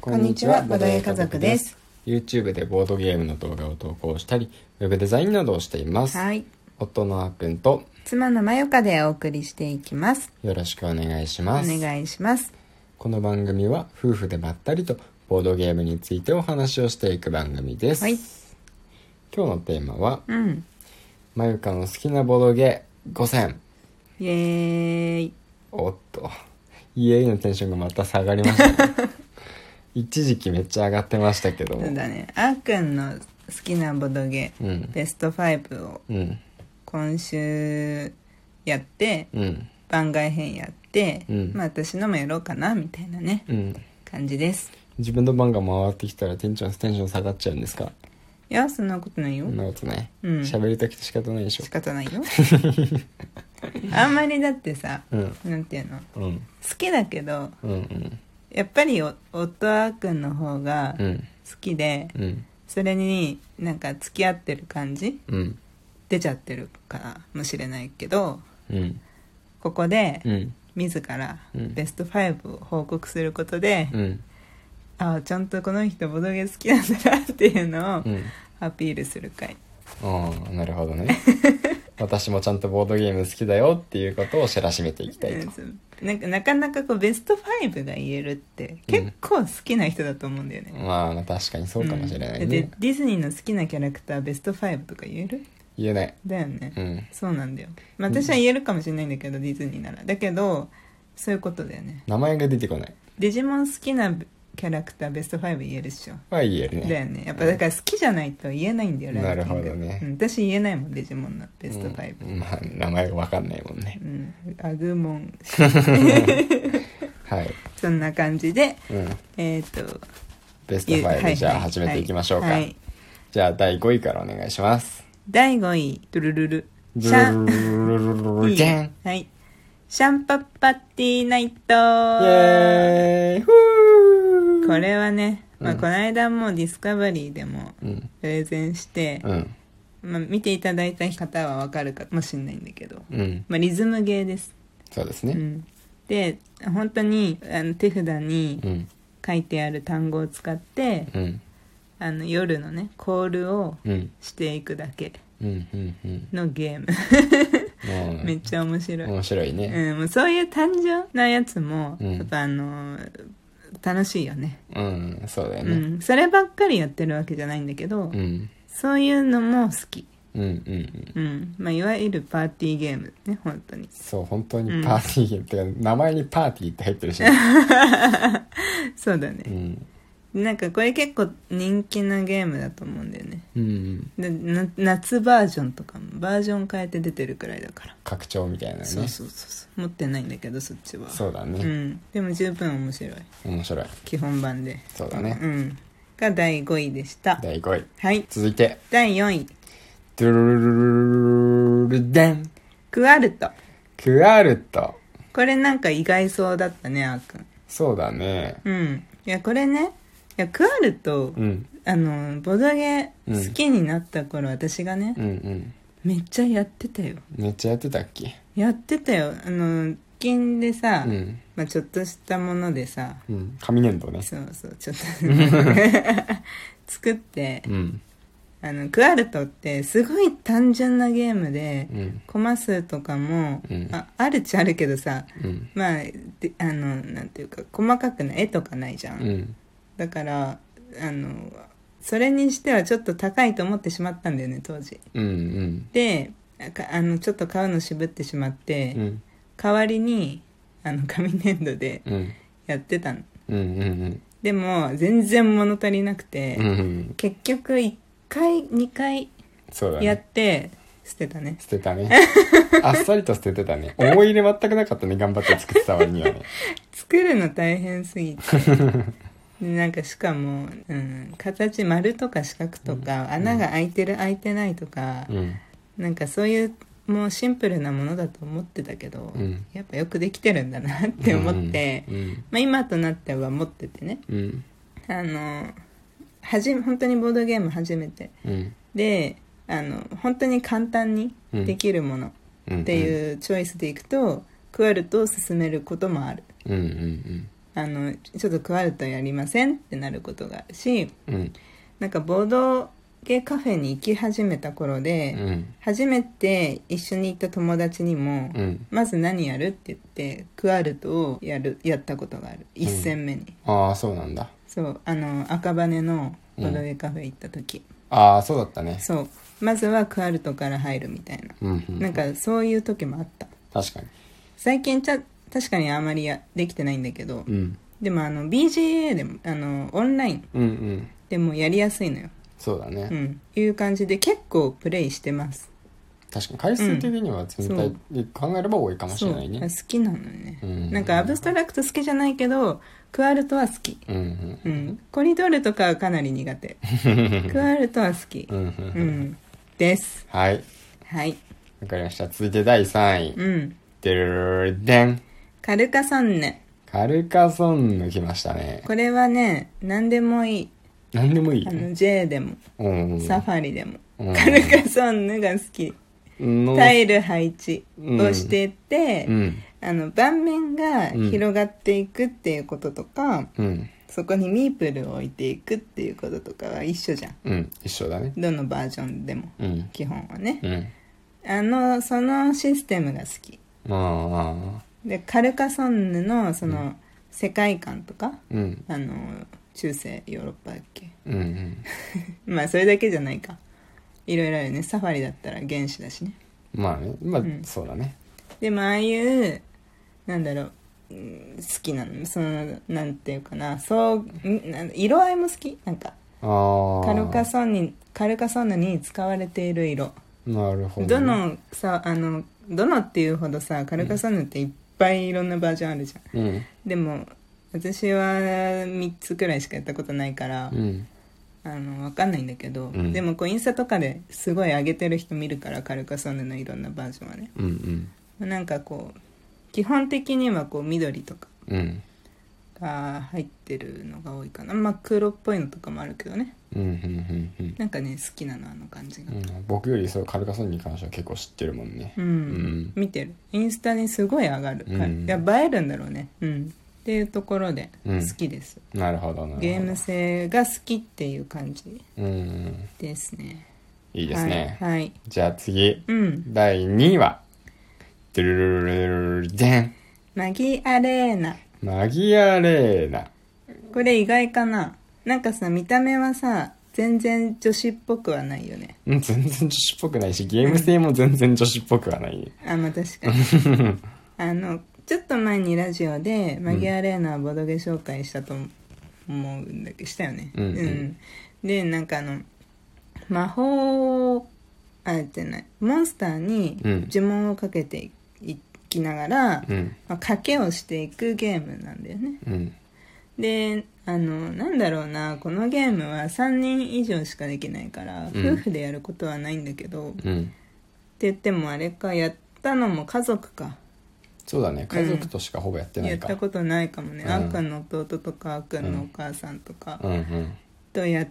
こんにちは、ボドゲ家族です。 YouTube でボードゲームの動画を投稿したりウェブデザインなどをしています。 はい、 夫のあっくんと妻のまよかでお送りしていきます。 よろしくお願いします。 お願いします。 この番組は夫婦でまったりとボードゲームについてお話をしていく番組です。 はい、 今日のテーマは、 うんまゆかの好きなボードゲー5選。 イエーイ。 おっとイエーイのテンションがまた下がりましたね一時期めっちゃ上がってましたけども。 そうだね、あーくんの好きなボドゲ、ベスト5を今週やって、番外編やって、私のもやろうかなみたいなね、感じです。 自分の番が回ってきたらテンション下がっちゃうんですか？ いや、そんなことないよ。 そんなことない。喋りたくて仕方ないでしょ。 仕方ないよあんまりだってさ、なんていうの、好きだけど、やっぱり夫あーくんの方が好きで、それになんか付き合ってる感じ、出ちゃってるかもしれないけど、ここで、自らベスト5を報告することで、ああちゃんとこの人ボドゲ好きなんだなっていうのをアピールする回。 ああ、なるほどね私もちゃんとボードゲーム好きだよっていうことを知らしめていきたいと。 なかなかこうベスト5が言えるって結構好きな人だと思うんだよね。 まあ確かにそうかもしれないね。 でディズニーの好きなキャラクターベスト5とか言える？ 言えない。 だよね、そうなんだよ。私は言えるかもしれないんだけど、ディズニーならだけどそういうことだよね。 名前が出てこない。 デジモン好きなキャラクターベスト5言えるっしょ。 は言えるね。 だよね。やっぱだから好きじゃないと言えないんだよ、 なるほどね、 私言えないもん、デジモンのベスト5、 まあ名前が分かんないもんね。 アグモンはい、 そんな感じで、 ベスト5、じゃあ始めていきましょうか。じゃあ第5位からお願いします。 第5位、ドゥルルルシャンはい、シャンパッパッティーナイト。イエーイ。 これはね、この間もディスカバリーでもプレゼンして、見ていただいた方は分かるかもしれないんだけど、リズムゲーです。 そうですね、 で本当に手札に書いてある単語を使って、夜のねコールをしていくだけのゲームめっちゃ面白い。 面白いね、 もうそういう単純なやつもやっぱ楽しいよね。 そうだよね、 そればっかりやってるわけじゃないんだけど、そういうのも好き。いわゆるパーティーゲームね、本当に。 そう本当にパーティーゲームってか、名前にパーティーって入ってるし、 そうだね、なんかこれ結構人気なゲームだと思うんだよね、で夏バージョンとかもバージョン変えて出てるくらいだから、 拡張みたいなね。 そう持ってないんだけどそっちは。 そうだね、 でも十分面白い基本版で。 そうだね、 が第5位でした。 第5位、 はい、 続いて第4位、 ドゥルルルデンクアルト。 これなんか意外そうだったね、あーくん。 そうだね、 いやこれね、クアルト、ボドゲ好きになった頃、私がね、めっちゃやってたよ。 めっちゃやってたっけ？ やってたよ。金でさ、ちょっとしたものでさ、 紙粘土ね。 そうちょっと作って、クアルトってすごい単純なゲームで、コマ数とかも、あるっちゃあるけどさ、なんていうか細かくない絵とかないじゃん、だからそれにしてはちょっと高いと思ってしまったんだよね当時、でちょっと買うの渋ってしまって、代わりに紙粘土でやってたの、でも全然物足りなくて、結局1回2回やって捨てたね。あっさりと捨ててたね。思い入れ全くなかったね、頑張って作ってた割にはね。作るの大変すぎてなんかしかも、形丸とか四角とか、穴が開いてる開いてないとか、なんかそういうもうシンプルなものだと思ってたけど、やっぱよくできてるんだなって思って、今となっては持っててね、本当にボードゲーム初めて、で本当に簡単にできるものっていうチョイスでいくと、クアルトを進めることもある、 ちょっとクワルトやりませんってなることがあるし、 うん、 なんかボードゲカフェに行き始めた頃で、 うん、 初めて一緒に行った友達にも、 うん、 まず何やるって言ってクワルトをやったことがある、1戦目に。 ああそうなんだ。 そう赤羽のボードゲカフェ行った時、 ああそうだったね。 そうまずはクワルトから入るみたいな、 うんうん、 なんかそういう時もあった。 確かに。 最近確かにあまりできてないんだけど、 うん、 でもBGA でもオンラインうんうん、 でもやりやすいのよ。 そうだね、 うん、いう感じで結構プレイしてます。 確かに回数的には全体で考えれば多いかもしれないね。 そう好きなのよね、 うん、 なんかアブストラクト好きじゃないけどクワルトは好き、 うんうんうん、コリドールとかはかなり苦手クワルトは好き、 うんうんうんです。 はいはい、 わかりました。続いて第3位、 うん、 でるでん、 カルカソンヌ。 カルカソンヌ来ましたね。 これはね何でもいい。 何でもいい。 J でも、 うん、 サファリでも、 カルカソンヌが好き。タイル配置をしていて、盤面が広がっていくっていうこととか、そこにミープルを置いていくっていうこととかは一緒じゃん。 うん、一緒だね。 どのバージョンでも、基本はね、そのシステムが好き。でカルカソンヌのその世界観とか、中世ヨーロッパだっけ、まあそれだけじゃないか、いろいろあるね。サファリだったら原始だしね。 まあね、まあ、そうだね。でもああいうなんだろう、好きなの。そのなんていうかな、色合いも好き。なんかカルカソンヌに使われている色。 なるほど、ね。 どのっていうほどさ、カルカソンヌっていっぱいいろんなバージョンあるじゃん。でも私は3つくらいしかやったことないから、わかんないんだけど、でもこうインスタとかですごい上げてる人見るから、カルカソンヌのいろんなバージョンはね、なんかこう基本的にはこう緑とかが入ってるのが多いかな。まあ黒っぽいのとかもあるけどね、なんかね好きなの、あの感じが。僕よりそうカルカソンヌに関しては結構知ってるもんね。見てる、インスタにすごい上がる、いや映えるんだろうね。っていうところで好きです、 なるほどなるほど。 ゲーム性が好きっていう感じですね。 いいですね。 はい。 じゃあ次、第2位はドゥルルルルルデン、 マギアレーナ。 マギアレーナ。 これ意外かな。なんかさ、見た目はさ全然女子っぽくはないよね。 全然女子っぽくないし、ゲーム性も全然女子っぽくはない、 まあ確かにちょっと前にラジオでマギアレーナはボドゲ紹介したと思うんだけど、したよね。でなんか魔法じゃないモンスターに呪文をかけていきながら、賭けをしていくゲームなんだよね。でなんだろうな、このゲームは3人以上しかできないから、夫婦でやることはないんだけど、って言ってもあれか、やったのも家族か。 そうだね、家族としかほぼやってないか、 やったことないかもね。あっくんの弟とかあっくんのお母さんとかとやって、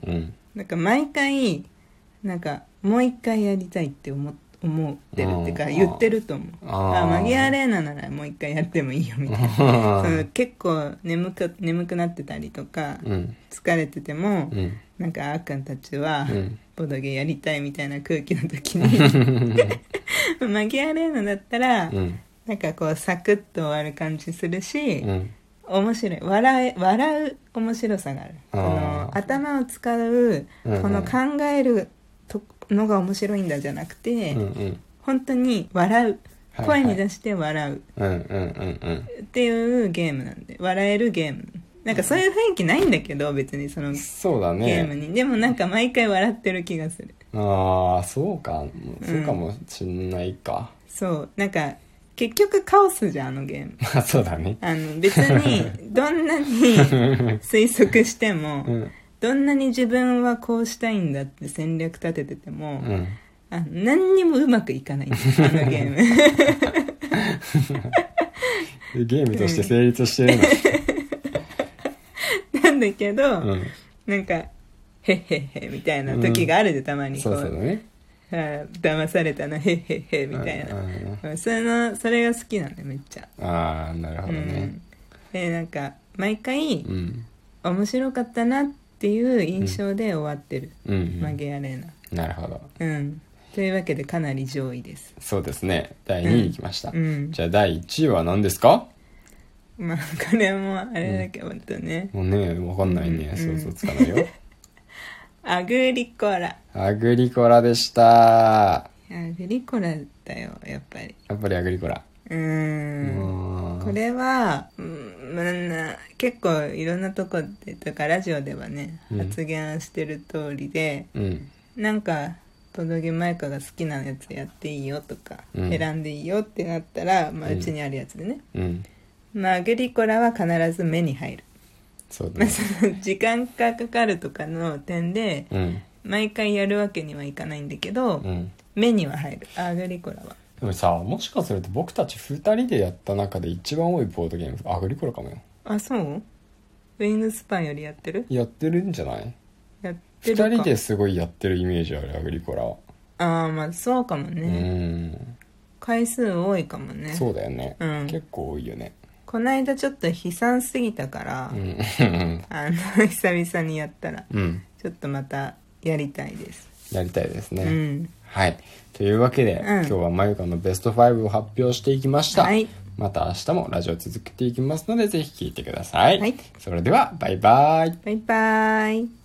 なんか毎回なんかもう一回やりたいって思ってるってか言ってると思う。マギアレーナならもう一回やってもいいよみたいなその結構眠くなってたりとか、疲れてても、なんかあっくんたちはボドゲやりたいみたいな空気の時にマギアレーナだったら、なんかこうサクッと終わる感じするし、面白い、笑う面白さがある。この頭を使う、この考えるのが面白いんだじゃなくて、本当に笑う、声に出して笑うっていうゲームなんで、笑えるゲーム。なんかそういう雰囲気ないんだけど別にそのそうだね、 ゲームにでもなんか毎回笑ってる気がする。 そうかもしんないか。 そうなんか結局カオスじゃん、あのゲーム。 そうだね。 別にどんなに推測しても、どんなに自分はこうしたいんだって戦略立ててても、何にもうまくいかないんですあのゲームゲームとして成立してるのなんだけど、なんかへっへっへみたいな時があるで、たまにこう、 そうだね、 騙されたなへっへっへみたいな、それが好きなんだよめっちゃ。 なるほどね、 でなんか毎回、 うん、 面白かったなっていう印象で終わってる、 うんうん、 マゲアレーナ。 なるほど。 というわけでかなり上位です。 そうですね。第2位に来ました。じゃあ第1位は何ですか？ まあこれもあれだけどね、 もうね分かんないね、想像つかないよ。 アグリコラ。 アグリコラでした。 アグリコラだよ、やっぱりアグリコラ。 これは、結構いろんなとこでとかラジオではね、発言してる通りで、なんかボドゲマイカが好きなやつやっていいよとか、選んでいいよってなったら、うちにあるやつでね、アグリコラは必ず目に入る。 そうだね。 その時間がかかるとかの点で、毎回やるわけにはいかないんだけど、目には入る、アグリコラは。 でもさ、もしかすると僕たち2人でやった中で一番多いボードゲームアグリコラかもよ。 あ、そう？ウィングスパンよりやってる？ やってるんじゃない？ やってるか。 2人ですごいやってるイメージある、アグリコラは。 ああ、まあそうかもね。回数多いかもね。 そうだよね、結構多いよね。 この間ちょっと悲惨すぎたから、久々にやったら、ちょっとまたやりたいです。 やりたいですね、はい。というわけで、今日はまゆかのベスト5を発表していきました、また明日もラジオ続けていきますのでぜひ聞いてください、それではバイバイ。 バイバイ。